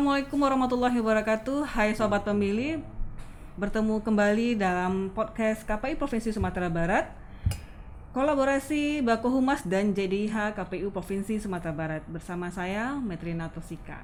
Assalamualaikum warahmatullahi wabarakatuh. Hai Sobat Pemilih, bertemu kembali dalam podcast KPI Provinsi Sumatera Barat, kolaborasi Bako Humas dan JDIH KPU Provinsi Sumatera Barat, bersama saya Metrina Tosika.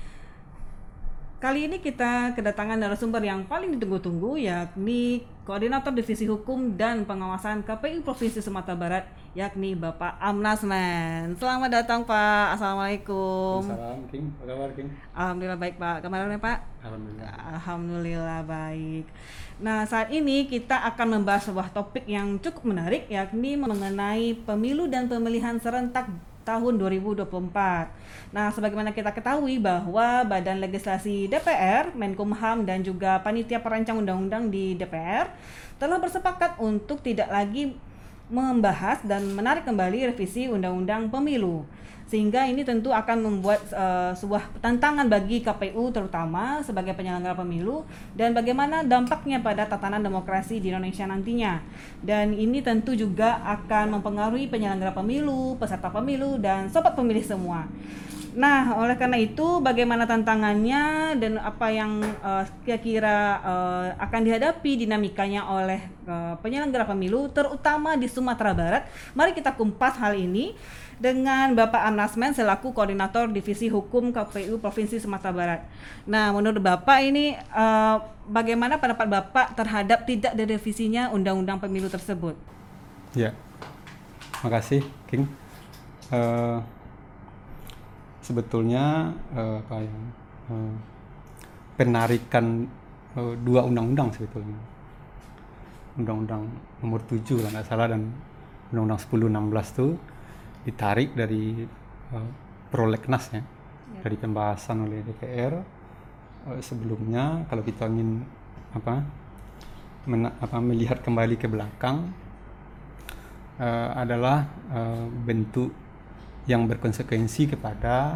Kali ini kita kedatangan narasumber yang paling ditunggu-tunggu, yakni Koordinator Divisi Hukum dan Pengawasan KPU Provinsi Sumatera Barat, yakni Bapak Amnas Men. Selamat datang Pak. Assalamualaikum. Salam King, apa kabar King? Alhamdulillah baik Pak. Kemarin Pak? Alhamdulillah. Alhamdulillah baik. Nah, saat ini kita akan membahas sebuah topik yang cukup menarik, yakni mengenai pemilu dan pemilihan serentak tahun 2024. Nah, sebagaimana kita ketahui bahwa Badan Legislasi DPR, Menkumham dan juga Panitia Perancang Undang-Undang di DPR telah bersepakat untuk tidak lagi membahas dan menarik kembali revisi Undang-Undang Pemilu. Sehingga ini tentu akan membuat sebuah tantangan bagi KPU terutama sebagai penyelenggara pemilu, dan bagaimana dampaknya pada tatanan demokrasi di Indonesia nantinya. Dan ini tentu juga akan mempengaruhi penyelenggara pemilu, peserta pemilu, dan sobat pemilih semua. Nah, oleh karena itu bagaimana tantangannya dan apa yang kira-kira akan dihadapi dinamikanya oleh penyelenggara pemilu terutama di Sumatera Barat. Mari kita kumpas hal ini dengan Bapak Amnas Men selaku Koordinator Divisi Hukum KPU Provinsi Sumatera Barat. Nah, menurut Bapak ini bagaimana pendapat Bapak terhadap tidak direvisinya Undang-Undang Pemilu tersebut? Ya, makasih King. Sebetulnya penarikan dua undang-undang sebetulnya, Undang-Undang nomor 7 kalau nggak salah dan Undang-Undang 10/16 itu ditarik dari prolegnas ya, dari pembahasan oleh DPR. Sebelumnya kalau kita ingin melihat kembali ke belakang, adalah bentuk yang berkonsekuensi kepada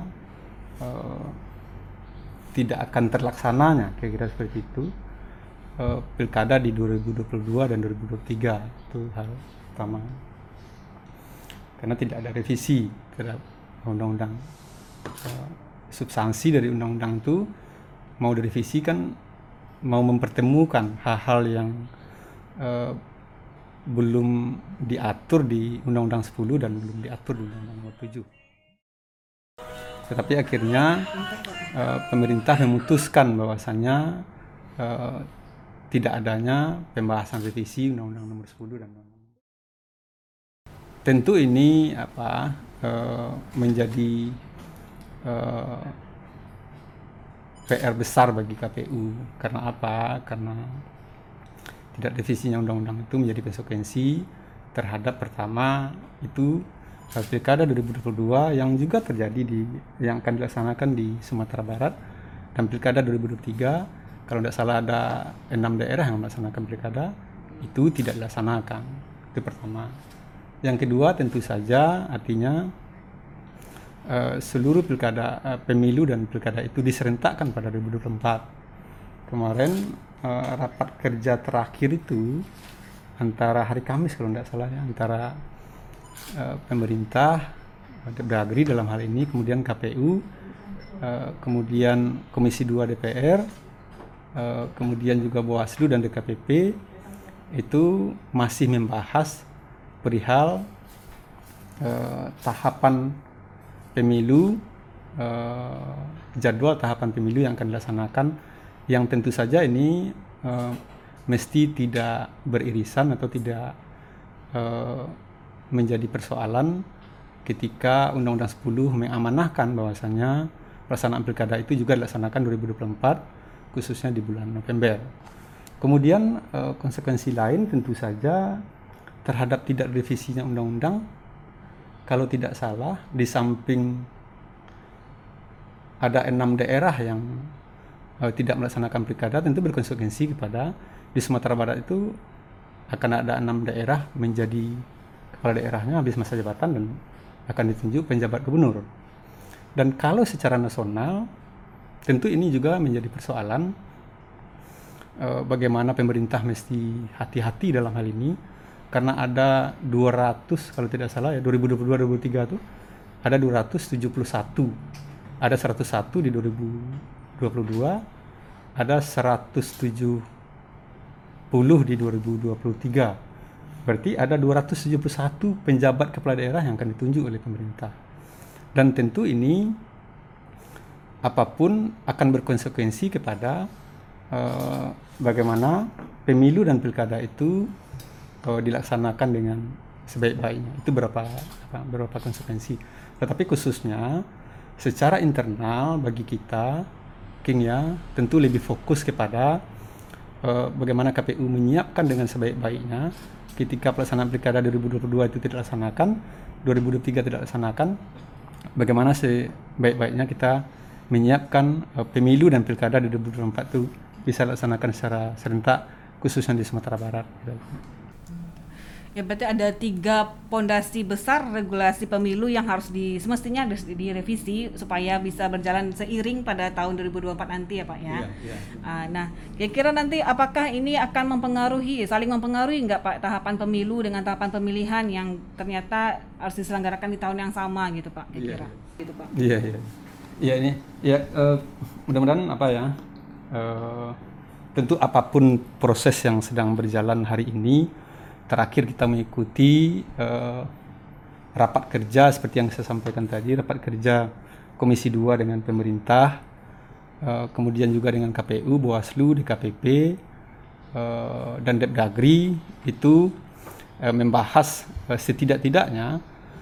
tidak akan terlaksananya, kira-kira seperti itu, pilkada di 2022 dan 2023. Itu hal pertama, karena tidak ada revisi terhadap undang-undang. Substansi dari undang-undang itu mau direvisi kan mau mempertemukan hal-hal yang belum diatur di Undang-Undang 10 dan belum diatur di Undang-Undang nomor 7. Tetapi akhirnya pemerintah memutuskan bahwasanya tidak adanya pembahasan revisi Undang-Undang nomor 10 dan Undang-Undang. Tentu ini menjadi PR besar bagi KPU. Karena apa? Karena tidak revisinya undang-undang itu menjadi konsekuensi terhadap pertama itu pilkada 2022 yang juga terjadi yang akan dilaksanakan di Sumatera Barat, dan pilkada 2023 kalau tidak salah ada 6 daerah yang melaksanakan pilkada itu tidak dilaksanakan. Itu pertama. Yang kedua tentu saja artinya seluruh pilkada, pemilu dan pilkada itu diserentakkan pada 2024. Kemarin rapat kerja terakhir itu antara hari Kamis kalau tidak salah ya, antara pemerintah beragri dalam hal ini, kemudian KPU, kemudian Komisi 2 DPR, kemudian juga Bawaslu dan DKPP, itu masih membahas perihal tahapan pemilu, jadwal tahapan pemilu yang akan dilaksanakan, yang tentu saja ini mesti tidak beririsan atau tidak menjadi persoalan ketika Undang-Undang 10 mengamanahkan bahwasanya pelaksanaan pilkada itu juga dilaksanakan 2024, khususnya di bulan November. Kemudian konsekuensi lain tentu saja terhadap tidak revisinya undang-undang, kalau tidak salah di samping ada 6 daerah yang tidak melaksanakan pilkada, tentu berkonsekuensi kepada di Sumatera Barat itu akan ada 6 daerah menjadi kepala daerahnya habis masa jabatan dan akan ditunjuk penjabat gubernur. Dan kalau secara nasional tentu ini juga menjadi persoalan, bagaimana pemerintah mesti hati-hati dalam hal ini, karena ada 200 kalau tidak salah ya, 2022-2023 itu ada 271, ada 101 di 2023 ada 170 di 2023. Berarti ada 271 penjabat kepala daerah yang akan ditunjuk oleh pemerintah. Dan tentu ini apapun akan berkonsekuensi kepada bagaimana pemilu dan pilkada itu dilaksanakan dengan sebaik-baiknya. Itu beberapa konsekuensi. Tetapi khususnya secara internal bagi kita, King ya, tentu lebih fokus kepada bagaimana KPU menyiapkan dengan sebaik-baiknya ketika pelaksanaan pilkada 2022 itu tidak dilaksanakan, 2023 tidak dilaksanakan, bagaimana sebaik-baiknya kita menyiapkan pemilu dan pilkada di 2024 itu bisa dilaksanakan secara serentak, khususnya di Sumatera Barat. Ya, berarti ada 3 pondasi besar regulasi pemilu yang harus semestinya direvisi supaya bisa berjalan seiring pada tahun 2024 nanti ya Pak ya. Iya. Nah, kira-kira nanti apakah ini akan saling mempengaruhi nggak Pak tahapan pemilu dengan tahapan pemilihan yang ternyata harus diselenggarakan di tahun yang sama gitu Pak? Kira-kira gitu Pak. Iya, mudah-mudahan tentu apapun proses yang sedang berjalan hari ini. Terakhir kita mengikuti rapat kerja seperti yang saya sampaikan tadi, rapat kerja Komisi 2 dengan pemerintah, kemudian juga dengan KPU, Bawaslu, DKPP, dan Depdagri itu membahas setidak-tidaknya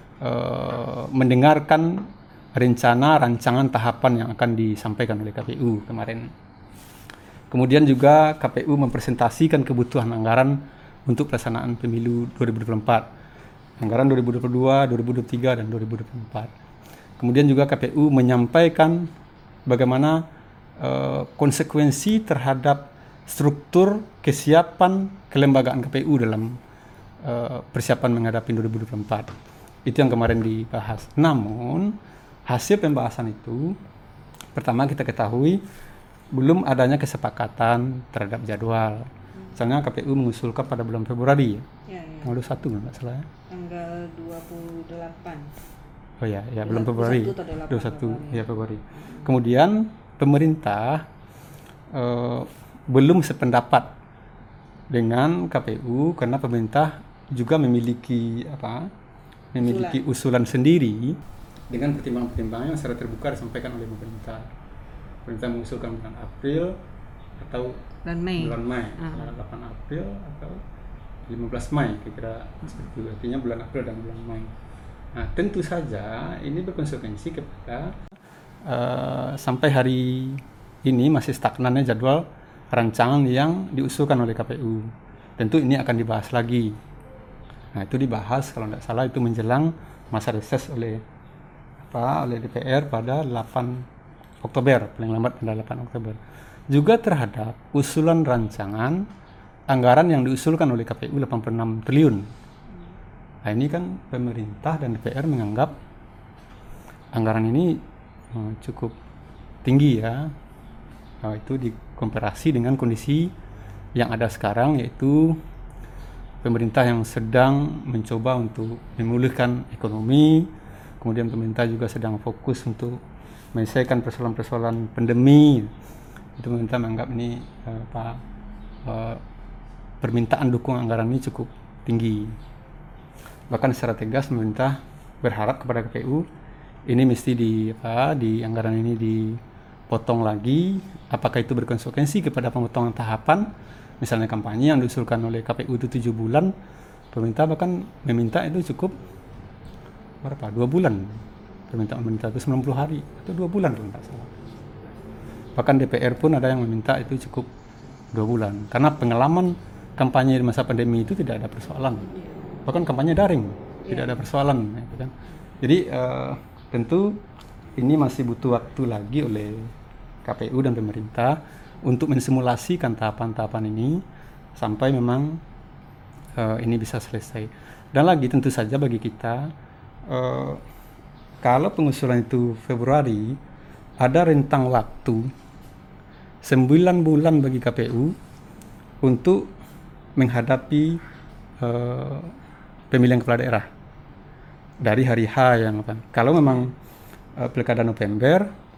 mendengarkan rancangan tahapan yang akan disampaikan oleh KPU kemarin. Kemudian juga KPU mempresentasikan kebutuhan anggaran untuk pelaksanaan pemilu 2024, anggaran 2022, 2023, dan 2024. Kemudian juga KPU menyampaikan bagaimana konsekuensi terhadap struktur kesiapan kelembagaan KPU dalam persiapan menghadapi 2024. Itu yang kemarin dibahas. Namun, hasil pembahasan itu, pertama kita ketahui belum adanya kesepakatan terhadap jadwal. Misalnya KPU mengusulkan pada bulan Februari tanggal 21 nggak salah ya? Tanggal 28. Oh ya, bulan Februari. 21 ya Februari. Kemudian pemerintah belum sependapat dengan KPU karena pemerintah juga memiliki usulan sendiri dengan pertimbangan-pertimbangan yang secara terbuka disampaikan oleh pemerintah. Pemerintah mengusulkan bulan April atau bulan Mei, 8 April atau 15 Mei kira-kira seperti itu. Artinya bulan April dan bulan Mei. Nah, tentu saja ini berkonsekuensi kepada sampai hari ini masih stagnannya jadwal rancangan yang diusulkan oleh KPU. Tentu ini akan dibahas lagi. Nah, itu dibahas kalau tidak salah itu menjelang masa reses oleh DPR pada 8 Oktober, paling lambat pada 8 Oktober. Juga terhadap usulan rancangan anggaran yang diusulkan oleh KPU 86 triliun. Nah, ini kan pemerintah dan DPR menganggap anggaran ini cukup tinggi ya. Nah, itu dikomparasi dengan kondisi yang ada sekarang, yaitu pemerintah yang sedang mencoba untuk memulihkan ekonomi, kemudian pemerintah juga sedang fokus untuk menyelesaikan persoalan-persoalan pandemi. Itu pemerintah menganggap ini permintaan dukungan anggaran ini cukup tinggi. Bahkan secara tegas pemerintah berharap kepada KPU ini mesti di anggaran ini dipotong lagi. Apakah itu berkonsekuensi kepada pemotongan tahapan? Misalnya kampanye yang diusulkan oleh KPU itu 7 bulan, pemerintah bahkan meminta itu cukup 2 bulan. Permintaan pemerintah itu 90 hari atau 2 bulan kalau tidak salah. Bahkan DPR pun ada yang meminta itu cukup 2 bulan. Karena pengalaman kampanye di masa pandemi itu tidak ada persoalan. Bahkan kampanye daring, tidak ada persoalan. Gitu kan. Jadi tentu ini masih butuh waktu lagi oleh KPU dan pemerintah untuk mensimulasikan tahapan-tahapan ini sampai memang ini bisa selesai. Dan lagi tentu saja bagi kita, kalau pengusulan itu Februari, ada rentang waktu 9 bulan bagi KPU untuk menghadapi pemilihan kepala daerah dari hari H yang kalau memang pilkada November,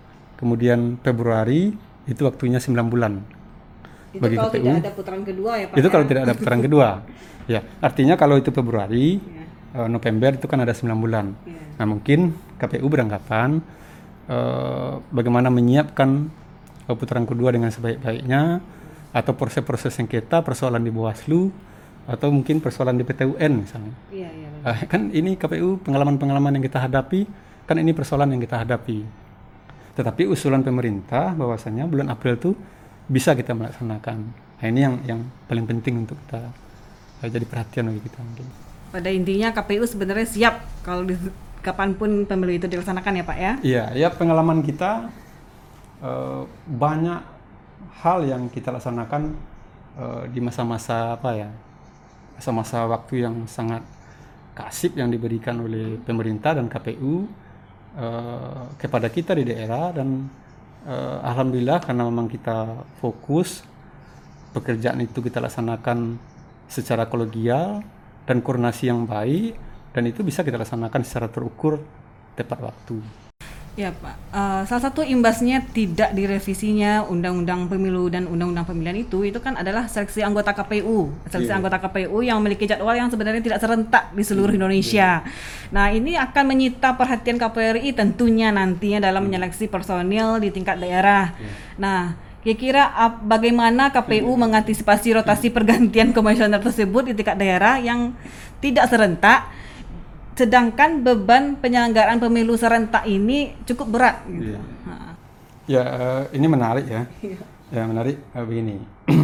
kemudian Februari itu waktunya 9 bulan. Itu Bagi kalau KPU, tidak ada putaran kedua ya Pak? itu ya? kalau tidak ada putaran kedua. Ya, artinya kalau itu Februari, Ya. November itu kan ada 9 bulan. Ya. Nah, mungkin KPU beranggapan bagaimana menyiapkan putaran kedua dengan sebaik-baiknya, atau proses-proses sengketa, persoalan di Bawaslu, atau mungkin persoalan di PT UN misalnya. Iya, iya. Kan ini KPU pengalaman-pengalaman yang kita hadapi, kan ini persoalan yang kita hadapi. Tetapi usulan pemerintah bahwasanya bulan April itu bisa kita melaksanakan. Nah, ini yang paling penting untuk kita jadi perhatian bagi kita mungkin. Pada intinya KPU sebenarnya siap kalau kapanpun pemilu itu dilaksanakan ya Pak ya? Iya, ya pengalaman kita banyak hal yang kita laksanakan di masa-masa masa-masa waktu yang sangat kasib yang diberikan oleh pemerintah dan KPU kepada kita di daerah, dan alhamdulillah karena memang kita fokus pekerjaan itu kita laksanakan secara kolegial dan koordinasi yang baik, dan itu bisa kita laksanakan secara terukur tepat waktu. Ya Pak, salah satu imbasnya tidak direvisinya Undang-Undang Pemilu dan Undang-Undang Pemilihan itu kan adalah seleksi anggota KPU. Seleksi anggota KPU yang memiliki jadwal yang sebenarnya tidak serentak di seluruh Indonesia. Nah, ini akan menyita perhatian KPRI tentunya nantinya dalam menyeleksi personil di tingkat daerah. Nah, kira-kira bagaimana KPU mengantisipasi rotasi pergantian komisioner tersebut di tingkat daerah yang tidak serentak, sedangkan beban penyelenggaraan pemilu serentak ini cukup berat gitu. Ya, ini menarik ya. Ya, menarik begini.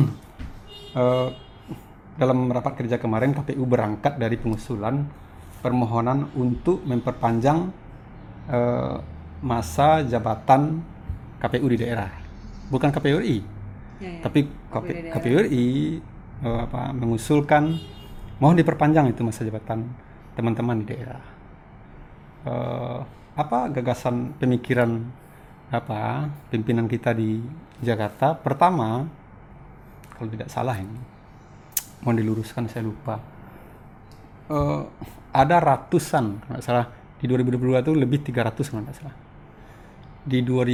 Dalam rapat kerja kemarin KPU berangkat dari pengusulan permohonan untuk memperpanjang masa jabatan KPU di daerah. Bukan KPU RI. Tapi KPU RI mengusulkan mohon diperpanjang itu masa jabatan teman-teman di daerah. Gagasan pemikiran pimpinan kita di Jakarta? Pertama, kalau tidak salah ini, mohon diluruskan saya lupa. Ada ratusan, kalau tidak salah di 2022 itu lebih 300 kalau tidak salah. Di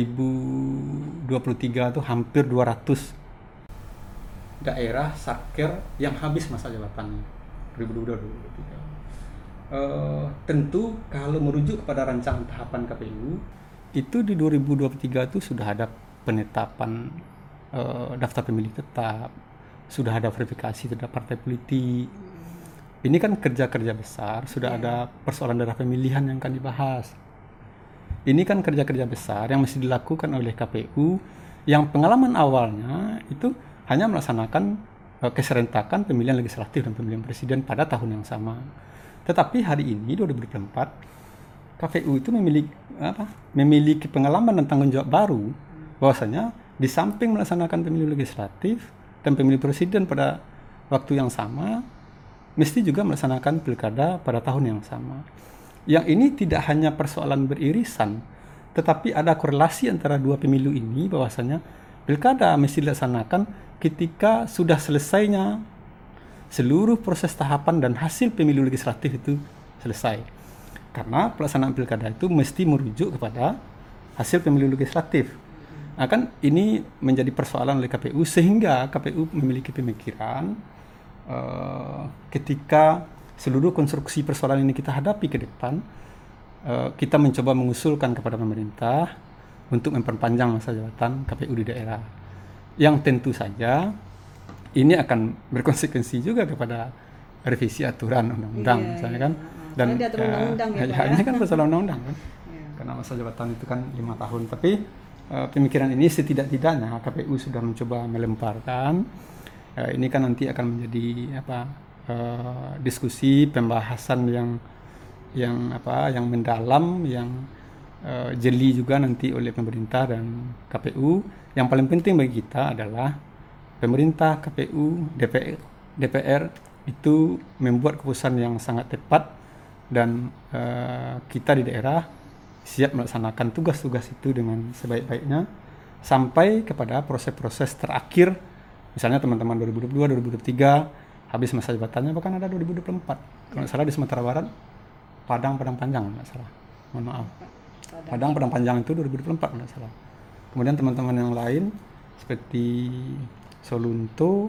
2023 itu hampir 200 daerah satker yang habis masa jabatannya 2022-2023. Tentu kalau merujuk kepada rancangan tahapan KPU itu di 2023 itu sudah ada penetapan daftar pemilih tetap, sudah ada verifikasi terhadap partai politik. Ini kan kerja-kerja besar, sudah ada persoalan daerah pemilihan yang akan dibahas. Ini kan kerja-kerja besar yang mesti dilakukan oleh KPU yang pengalaman awalnya itu hanya melaksanakan keserentakan pemilihan legislatif dan pemilihan presiden pada tahun yang sama. Tetapi hari ini 2024 KPU itu memiliki pengalaman dan tanggung jawab baru, bahwasanya di samping melaksanakan pemilu legislatif dan pemilu presiden pada waktu yang sama, mesti juga melaksanakan pilkada pada tahun yang sama. Yang ini tidak hanya persoalan beririsan, tetapi ada korelasi antara dua pemilu ini, bahwasanya pilkada mesti dilaksanakan ketika sudah selesainya seluruh proses tahapan dan hasil pemilu legislatif itu selesai. Karena pelaksanaan pilkada itu mesti merujuk kepada hasil pemilu legislatif. Nah, kan ini menjadi persoalan oleh KPU, sehingga KPU memiliki pemikiran ketika seluruh konstruksi persoalan ini kita hadapi ke depan, kita mencoba mengusulkan kepada pemerintah untuk memperpanjang masa jabatan KPU di daerah. Yang tentu saja ini akan berkonsekuensi juga kepada revisi aturan undang-undang, misalnya kan. Dan ini kan persoalan undang-undang kan. Karena masa jabatan itu kan 5 tahun. Tapi pemikiran ini setidak-tidaknya KPU sudah mencoba melemparkan. Ini kan nanti akan menjadi diskusi pembahasan yang mendalam, yang jeli juga nanti oleh pemerintah dan KPU. Yang paling penting bagi kita adalah pemerintah, KPU, DPR itu membuat keputusan yang sangat tepat, dan kita di daerah siap melaksanakan tugas-tugas itu dengan sebaik-baiknya sampai kepada proses-proses terakhir. Misalnya teman-teman 2022, 2023 habis masa jabatannya, bahkan ada 2024. Kalau tidak salah di Sumatera Barat, Padang Panjang, tidak salah. Mohon maaf. Padang Panjang itu 2024 kalau tidak salah. Kemudian teman-teman yang lain seperti Solunto,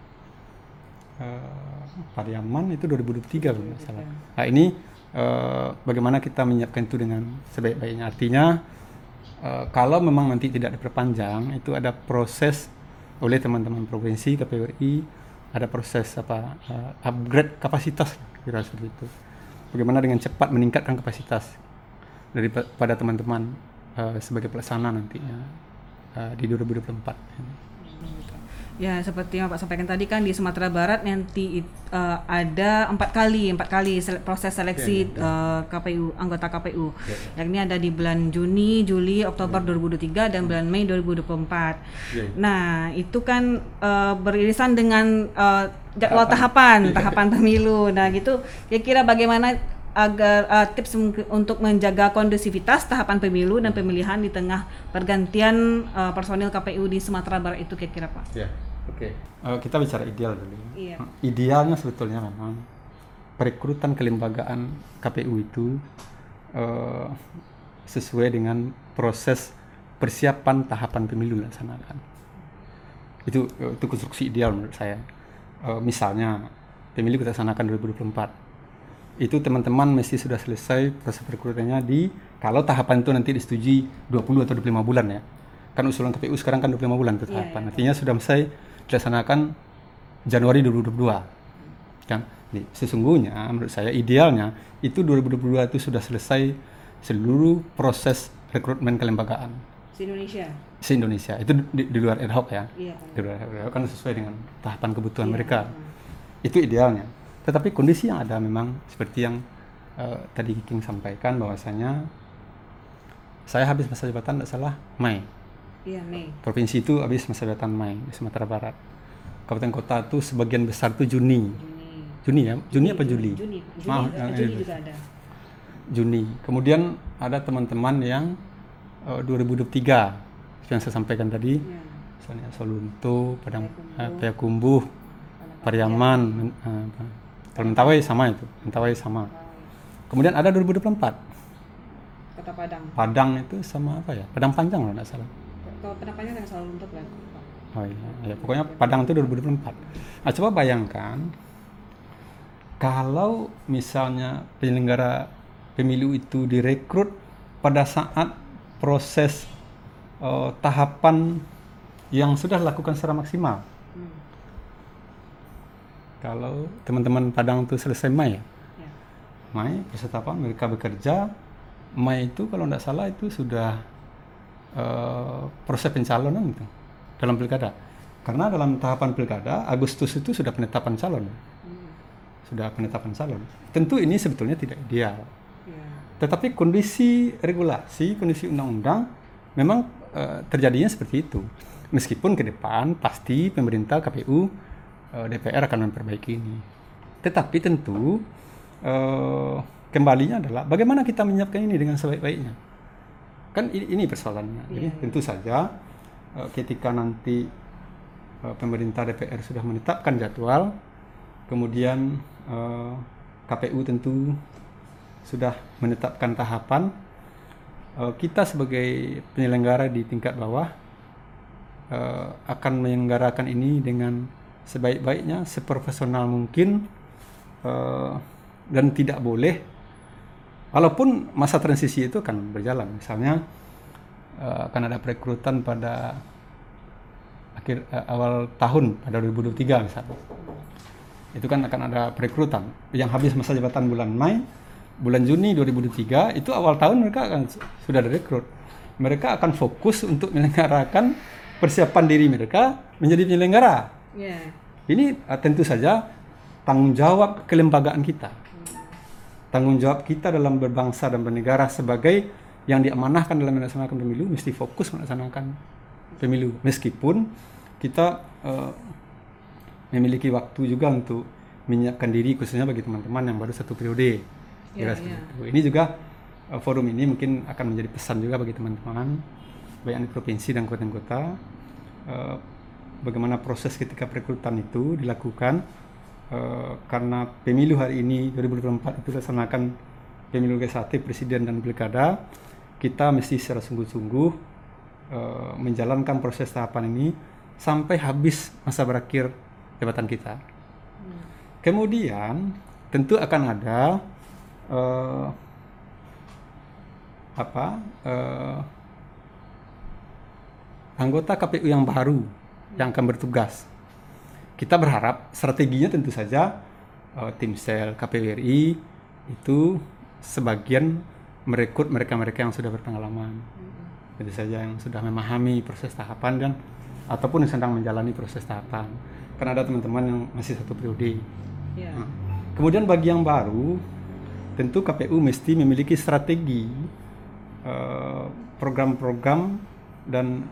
Pariaman itu 2023 kalau nggak salah. Nah ini bagaimana kita menyiapkan itu dengan sebaik-baiknya. Artinya kalau memang nanti tidak diperpanjang, itu ada proses oleh teman-teman provinsi KPU RI, ada proses upgrade kapasitas, kira seperti itu. Bagaimana dengan cepat meningkatkan kapasitas daripada teman-teman sebagai pelaksana nantinya di 2024. Ya, seperti yang Pak sampaikan tadi kan di Sumatera Barat nanti ada empat kali proses seleksi KPU, anggota KPU. Yakni ada di bulan Juni, Juli, Oktober 2023 dan bulan Mei 2024. Nah, itu kan beririsan dengan jadwal tahapan pemilu. Nah, gitu kira-kira bagaimana agar tips untuk menjaga kondusivitas tahapan pemilu dan pemilihan di tengah pergantian personil KPU di Sumatera Barat itu kira-kira Pak? Ya, oke. Kita bicara ideal dulu. Iya. Idealnya sebetulnya memang perekrutan kelembagaan KPU itu sesuai dengan proses persiapan tahapan pemilu dilaksanakan. Itu konstruksi ideal menurut saya. Misalnya pemilu kita laksanakan 2024. Itu teman-teman mesti sudah selesai proses perekrutannya kalau tahapan itu nanti disetujui 20 atau 25 bulan ya. Kan usulan KPU sekarang kan 25 bulan itu tahapan. Artinya sudah selesai dilaksanakan Januari 2022. Kan? Jadi, sesungguhnya menurut saya idealnya itu 2022 itu sudah selesai seluruh proses rekrutmen kelembagaan. Se-Indonesia. Itu di luar ad hoc ya. Iya. Di luar ad hoc kan sesuai dengan tahapan kebutuhan mereka. Itu idealnya. Tetapi kondisi yang ada memang seperti yang tadi King sampaikan, bahwasanya saya habis masa jabatan tidak salah Mei. Iya, Mei. Provinsi itu habis masa jabatan Mei di Sumatera Barat. Kabupaten kota itu sebagian besar itu Juni ya? Juni apa Juli? Juni juga ada. Juni. Kemudian ada teman-teman yang 2023 yang saya sampaikan tadi, misalnya Solunto, Payakumbuh, Pariaman, kalau Mentawai sama itu, Kemudian ada 2024. Kota Padang. Padang itu sama apa ya? Padang Panjang kalau tidak salah. Kalau Padang Panjang yang selalu untuk Pak. Oh iya, ya, pokoknya Padang itu 2024. Nah, coba bayangkan kalau misalnya penyelenggara pemilu itu direkrut pada saat proses tahapan yang sudah dilakukan secara maksimal. Kalau teman-teman Padang itu selesai Mei ya? Mei, peserta mereka bekerja. Mei itu kalau tidak salah itu sudah proses pencalonan itu dalam pilkada. Karena dalam tahapan pilkada, Agustus itu sudah penetapan calon. Tentu ini sebetulnya tidak ideal. Tetapi kondisi regulasi, kondisi undang-undang memang terjadinya seperti itu. Meskipun ke depan pasti pemerintah KPU DPR akan memperbaiki ini. Tetapi tentu kembalinya adalah bagaimana kita menyiapkan ini dengan sebaik-baiknya. Kan ini persoalannya. Jadi tentu saja ketika nanti pemerintah DPR sudah menetapkan jadwal, kemudian KPU tentu sudah menetapkan tahapan, kita sebagai penyelenggara di tingkat bawah akan menyelenggarakan ini dengan sebaik-baiknya, seprofesional mungkin, dan tidak boleh, walaupun masa transisi itu akan berjalan. Misalnya akan ada perekrutan pada awal tahun pada 2023 misalnya. Itu kan akan ada perekrutan yang habis masa jabatan bulan Mei, bulan Juni 2023 itu awal tahun mereka akan sudah direkrut. Mereka akan fokus untuk menyelenggarakan persiapan diri mereka menjadi penyelenggara. Ini tentu saja tanggung jawab kelembagaan kita. Tanggung jawab kita dalam berbangsa dan bernegara sebagai yang diamanahkan dalam melaksanakan pemilu, mesti fokus melaksanakan pemilu. Meskipun kita memiliki waktu juga untuk menyiapkan diri, khususnya bagi teman-teman yang baru satu periode. Ini juga forum ini mungkin akan menjadi pesan juga bagi teman-teman baik yang di provinsi dan kabupaten kota, bagaimana proses ketika perekrutan itu dilakukan, karena pemilu hari ini 2024 itu dilaksanakan pemilu legislatif, presiden dan pilkada. Kita mesti secara sungguh-sungguh menjalankan proses tahapan ini sampai habis masa berakhir jabatan kita. Kemudian tentu akan ada anggota KPU yang baru yang akan bertugas. Kita berharap strateginya tentu saja tim sel KPU RI itu sebagian merekrut mereka-mereka yang sudah berpengalaman, tentu saja yang sudah memahami proses tahapan dan ataupun yang sedang menjalani proses tahapan. Karena ada teman-teman yang masih satu periode. Yeah. Nah, kemudian bagi yang baru, tentu KPU mesti memiliki strategi, program-program dan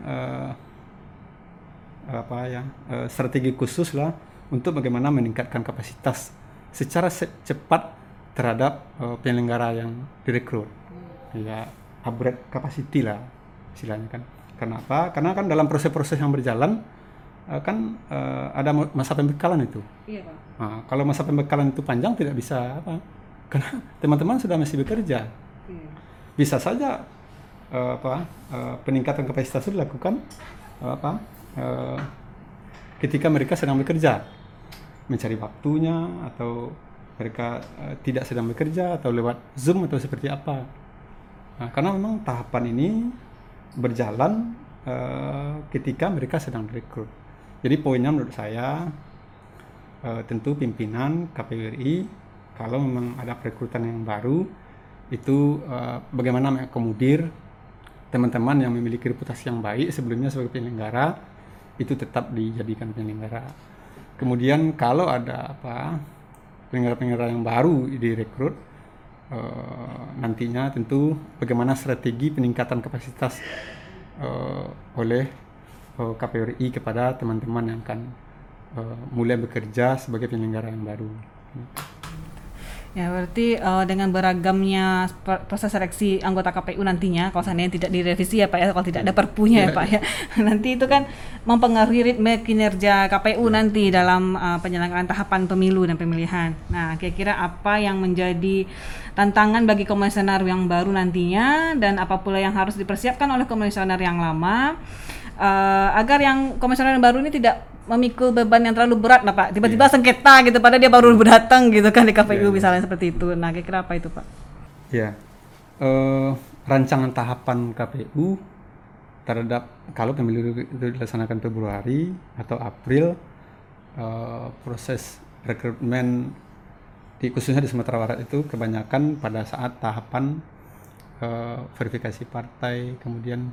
strategi khusus lah untuk bagaimana meningkatkan kapasitas secara cepat terhadap penyelenggara yang direkrut. Ya, upgrade capacity lah istilahnya kan. Karena apa? Karena kan dalam proses-proses yang berjalan ada masa pembekalan itu. Iya, Pak. Nah, kalau masa pembekalan itu panjang tidak bisa apa? Karena teman-teman sudah masih bekerja. Iya. Bisa saja peningkatan kapasitas itu dilakukan ketika mereka sedang bekerja, mencari waktunya, atau mereka tidak sedang bekerja atau lewat Zoom atau seperti apa. Nah, karena memang tahapan ini berjalan ketika mereka sedang direkrut. Jadi poinnya menurut saya tentu pimpinan KPU RI kalau memang ada perekrutan yang baru itu bagaimana mengakomodir teman-teman yang memiliki reputasi yang baik sebelumnya sebagai penyelenggara itu tetap dijadikan penyelenggara. Kemudian kalau ada penyelenggara-penyelenggara yang baru direkrut, nantinya tentu bagaimana strategi peningkatan kapasitas oleh KPU RI kepada teman-teman yang akan mulai bekerja sebagai penyelenggara yang baru. Ya, berarti dengan beragamnya proses seleksi anggota KPU nantinya, kalau seandainya tidak direvisi ya Pak ya, kalau tidak ada perpunya ya Pak ya, nanti itu kan mempengaruhi ritme kinerja KPU nanti dalam penyelenggaraan tahapan pemilu dan pemilihan. Nah, kira-kira apa yang menjadi tantangan bagi komisioner yang baru nantinya dan apa pula yang harus dipersiapkan oleh komisioner yang lama agar yang komisioner yang baru ini tidak memikul beban yang terlalu berat lah Pak, tiba-tiba sengketa gitu padahal dia baru datang gitu kan di KPU misalnya seperti itu. Nah, kira-kira apa itu Pak? Ya, rancangan tahapan KPU terhadap kalau pemilu itu dilaksanakan Februari atau April, proses rekrutmen khususnya di Sumatera Barat itu kebanyakan pada saat tahapan verifikasi partai, kemudian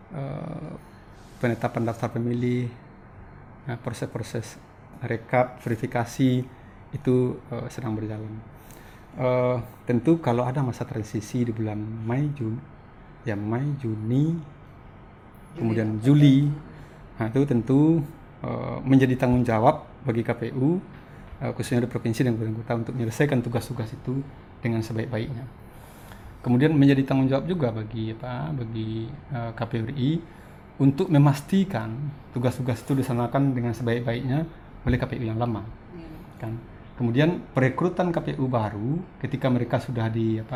penetapan daftar pemilih. Nah, proses-proses rekap, verifikasi itu sedang berjalan. Tentu kalau ada masa transisi di bulan Mei, Juni, kemudian Juli, nah itu tentu menjadi tanggung jawab bagi KPU, khususnya di provinsi dan kabupaten kota untuk menyelesaikan tugas-tugas itu dengan sebaik-baiknya. Kemudian menjadi tanggung jawab juga bagi KPU RI untuk memastikan tugas-tugas itu dilaksanakan dengan sebaik-baiknya oleh KPU yang lama, kan. Kemudian perekrutan KPU baru ketika mereka sudah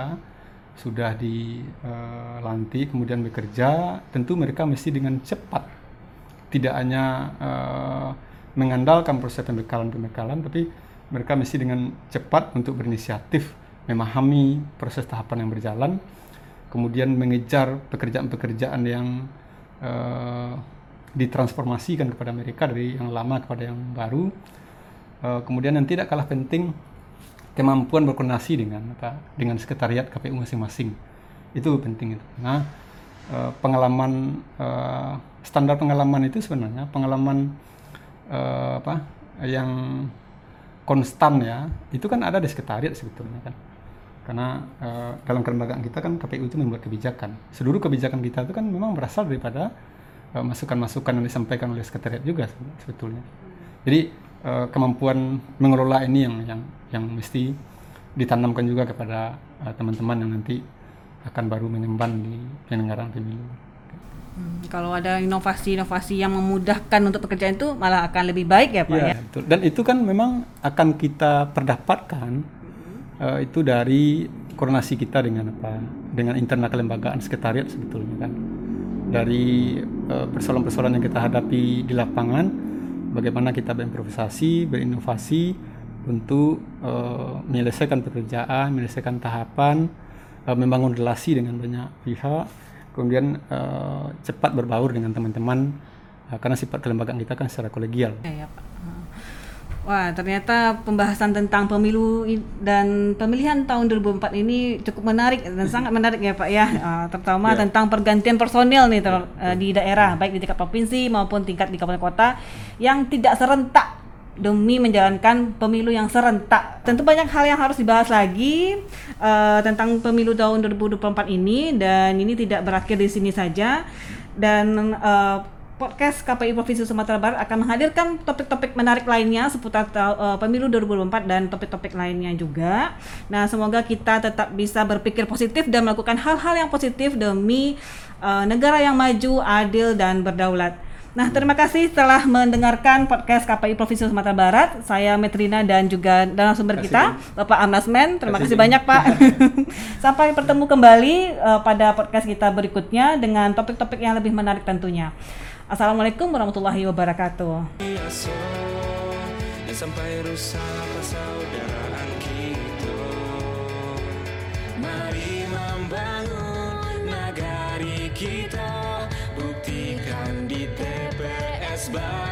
dilantik kemudian bekerja, tentu mereka mesti dengan cepat, tidak hanya mengandalkan proses pembekalan, tapi mereka mesti dengan cepat untuk berinisiatif memahami proses tahapan yang berjalan, kemudian mengejar pekerjaan-pekerjaan yang ditransformasikan kepada mereka dari yang lama kepada yang baru. Kemudian yang tidak kalah penting, kemampuan berkoordinasi dengan sekretariat KPU masing-masing itu penting itu. Nah, standar pengalaman itu sebenarnya pengalaman yang konstan ya, itu kan ada di sekretariat sebetulnya kan. Karena dalam kelembagaan kita kan KPU itu membuat kebijakan. Seluruh kebijakan kita itu kan memang berasal daripada masukan-masukan yang disampaikan oleh sekretariat juga sebetulnya. Jadi kemampuan mengelola ini yang mesti ditanamkan juga kepada teman-teman yang nanti akan baru mengemban di penyelenggaraan pemilu. Kalau ada inovasi-inovasi yang memudahkan untuk pekerjaan itu malah akan lebih baik ya Pak ya? Betul. Dan itu kan memang akan kita perdapatkan itu dari koordinasi kita dengan internal kelembagaan sekretariat sebetulnya kan, dari persoalan-persoalan yang kita hadapi di lapangan, bagaimana kita berimprovisasi, berinovasi untuk menyelesaikan pekerjaan, menyelesaikan tahapan, membangun relasi dengan banyak pihak, kemudian cepat berbaur dengan teman-teman, karena sifat kelembagaan kita kan secara kolegial. Ya, Pak. Wah, ternyata pembahasan tentang pemilu dan pemilihan tahun 2004 ini cukup menarik dan sangat menarik ya Pak ya, terutama tentang pergantian personil nih di daerah, baik di tingkat provinsi maupun tingkat di kabupaten kota yang tidak serentak demi menjalankan pemilu yang serentak. Tentu banyak hal yang harus dibahas lagi tentang pemilu tahun 2024 ini, dan ini tidak berakhir di sini saja. Dan podcast KPI Provinsi Sumatera Barat akan menghadirkan topik-topik menarik lainnya seputar pemilu 2024 dan topik-topik lainnya juga. Nah, semoga kita tetap bisa berpikir positif dan melakukan hal-hal yang positif demi negara yang maju, adil, dan berdaulat. Nah, terima kasih telah mendengarkan podcast KPI Provinsi Sumatera Barat. Saya Metrina dan juga narasumber kita, Bapak Amnasmen. Terima kasih banyak, Pak. Sampai bertemu kembali pada podcast kita berikutnya dengan topik-topik yang lebih menarik tentunya. Assalamualaikum warahmatullahi wabarakatuh. Sampai rusak persaudaraan kita. Mari membangun nagari kita, buktikan di TPS Barat.